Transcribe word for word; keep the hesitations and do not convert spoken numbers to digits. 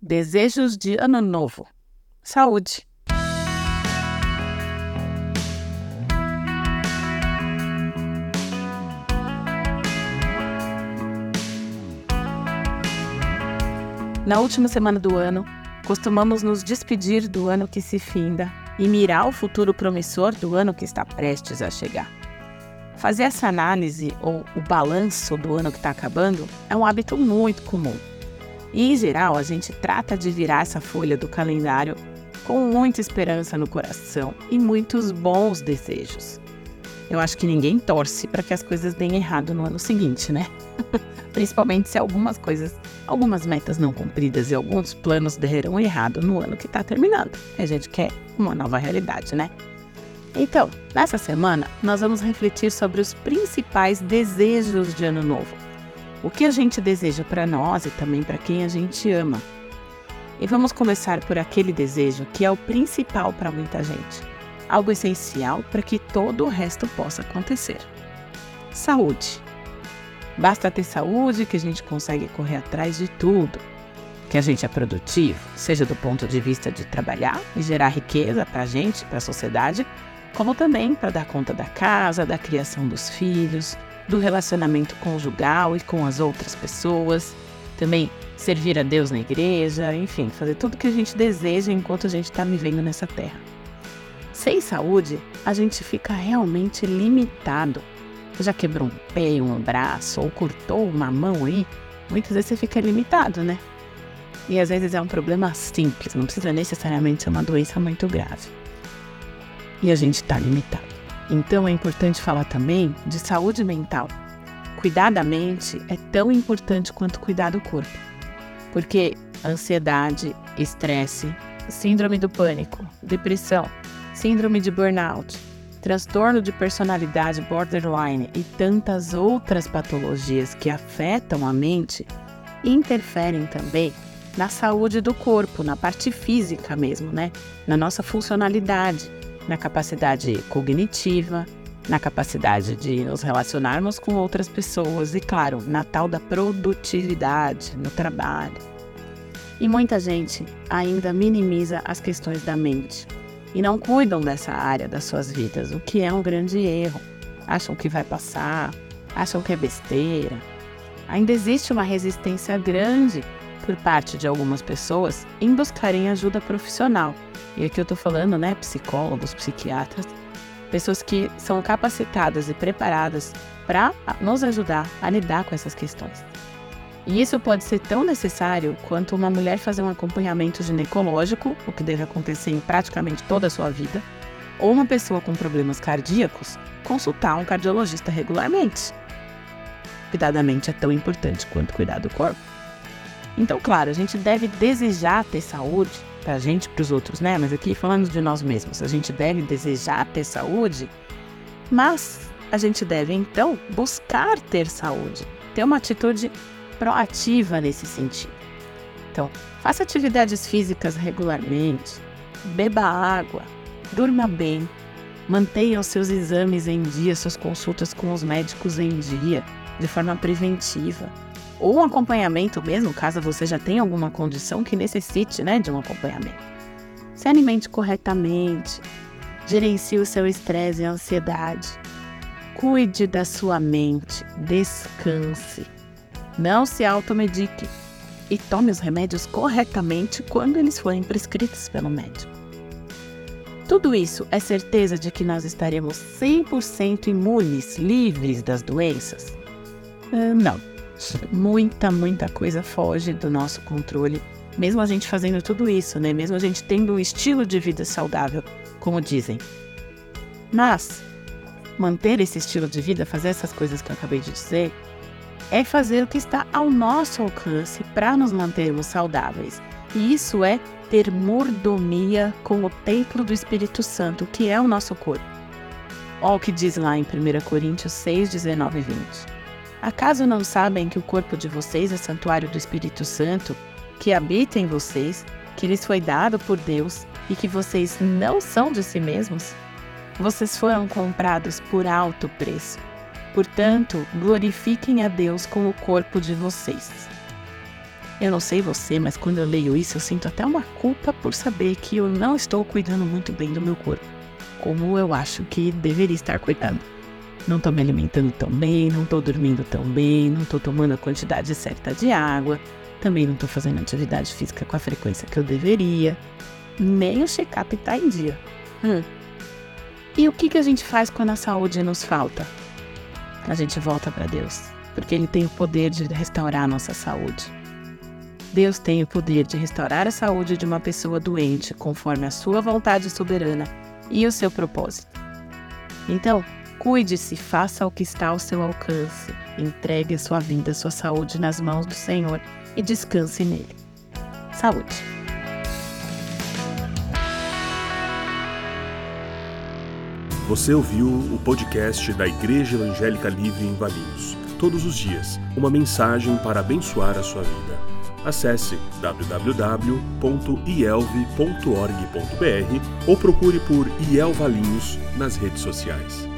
Desejos de Ano Novo. Saúde. Na última semana do ano, costumamos nos despedir do ano que se finda e mirar o futuro promissor do ano que está prestes a chegar. Fazer essa análise, ou o balanço do ano que está acabando, é um hábito muito comum. E, em geral, a gente trata de virar essa folha do calendário com muita esperança no coração e muitos bons desejos. Eu acho que ninguém torce para que as coisas deem errado no ano seguinte, né? Principalmente se algumas coisas, algumas metas não cumpridas e alguns planos deram errado no ano que está terminando. A gente quer uma nova realidade, né? Então, nessa semana, nós vamos refletir sobre os principais desejos de Ano Novo. O que a gente deseja para nós e também para quem a gente ama. E vamos começar por aquele desejo que é o principal para muita gente. Algo essencial para que todo o resto possa acontecer. Saúde. Basta ter saúde que a gente consegue correr atrás de tudo. Que a gente é produtivo, seja do ponto de vista de trabalhar e gerar riqueza para a gente, para a sociedade, como também para dar conta da casa, da criação dos filhos, do relacionamento conjugal e com as outras pessoas, também servir a Deus na igreja, enfim, fazer tudo o que a gente deseja enquanto a gente está vivendo nessa terra. Sem saúde, a gente fica realmente limitado. Já quebrou um pé, um braço, ou cortou uma mão aí, muitas vezes você fica limitado, né? E às vezes é um problema simples, não precisa necessariamente ser uma doença muito grave. E a gente está limitado. Então é importante falar também de saúde mental. Cuidar da mente é tão importante quanto cuidar do corpo. Porque ansiedade, estresse, síndrome do pânico, depressão, síndrome de burnout, transtorno de personalidade borderline e tantas outras patologias que afetam a mente interferem também na saúde do corpo, na parte física mesmo, né? Na nossa funcionalidade, na capacidade cognitiva, na capacidade de nos relacionarmos com outras pessoas e, claro, na tal da produtividade no trabalho. E muita gente ainda minimiza as questões da mente e não cuidam dessa área das suas vidas, o que é um grande erro. Acham que vai passar, acham que é besteira. Ainda existe uma resistência grande por parte de algumas pessoas em buscarem ajuda profissional. E aqui eu estou falando, né, psicólogos, psiquiatras, pessoas que são capacitadas e preparadas para nos ajudar a lidar com essas questões. E isso pode ser tão necessário quanto uma mulher fazer um acompanhamento ginecológico, o que deve acontecer em praticamente toda a sua vida, ou uma pessoa com problemas cardíacos consultar um cardiologista regularmente. Cuidar da mente é tão importante quanto cuidar do corpo. Então, claro, a gente deve desejar ter saúde, pra gente e pros outros, né? Mas aqui falando de nós mesmos, a gente deve desejar ter saúde, mas a gente deve, então, buscar ter saúde, ter uma atitude proativa nesse sentido. Então, faça atividades físicas regularmente, beba água, durma bem, mantenha os seus exames em dia, suas consultas com os médicos em dia, de forma preventiva, ou um acompanhamento mesmo, caso você já tenha alguma condição que necessite, né, de um acompanhamento. Se alimente corretamente, gerencie o seu estresse e a ansiedade, cuide da sua mente, descanse, não se automedique e tome os remédios corretamente quando eles forem prescritos pelo médico. Tudo isso é certeza de que nós estaremos cem por cento imunes, livres das doenças? Uh, não. Muita, muita coisa foge do nosso controle, mesmo a gente fazendo tudo isso, né? Mesmo a gente tendo um estilo de vida saudável, como dizem. Mas manter esse estilo de vida, fazer essas coisas que eu acabei de dizer, é fazer o que está ao nosso alcance para nos mantermos saudáveis. E isso é ter mordomia com o templo do Espírito Santo, que é o nosso corpo. Olha o que diz lá em primeira Coríntios seis, dezenove e vinte. Acaso não sabem que o corpo de vocês é santuário do Espírito Santo, que habita em vocês, que lhes foi dado por Deus e que vocês não são de si mesmos? Vocês foram comprados por alto preço. Portanto, glorifiquem a Deus com o corpo de vocês. Eu não sei você, mas quando eu leio isso, eu sinto até uma culpa por saber que eu não estou cuidando muito bem do meu corpo, como eu acho que deveria estar cuidando. Não estou me alimentando tão bem, não estou dormindo tão bem, não estou tomando a quantidade certa de água, também não estou fazendo atividade física com a frequência que eu deveria, nem o check-up está em dia. Hum. E o que, que a gente faz quando a saúde nos falta? A gente volta para Deus, porque Ele tem o poder de restaurar a nossa saúde. Deus tem o poder de restaurar a saúde de uma pessoa doente conforme a sua vontade soberana e o seu propósito. Então, cuide-se, faça o que está ao seu alcance, entregue a sua vida, a sua saúde nas mãos do Senhor e descanse nele. Saúde! Você ouviu o podcast da Igreja Evangélica Livre em Valinhos. Todos os dias, uma mensagem para abençoar a sua vida. Acesse w w w ponto i e l v ponto org ponto b r ou procure por I E L Valinhos nas redes sociais.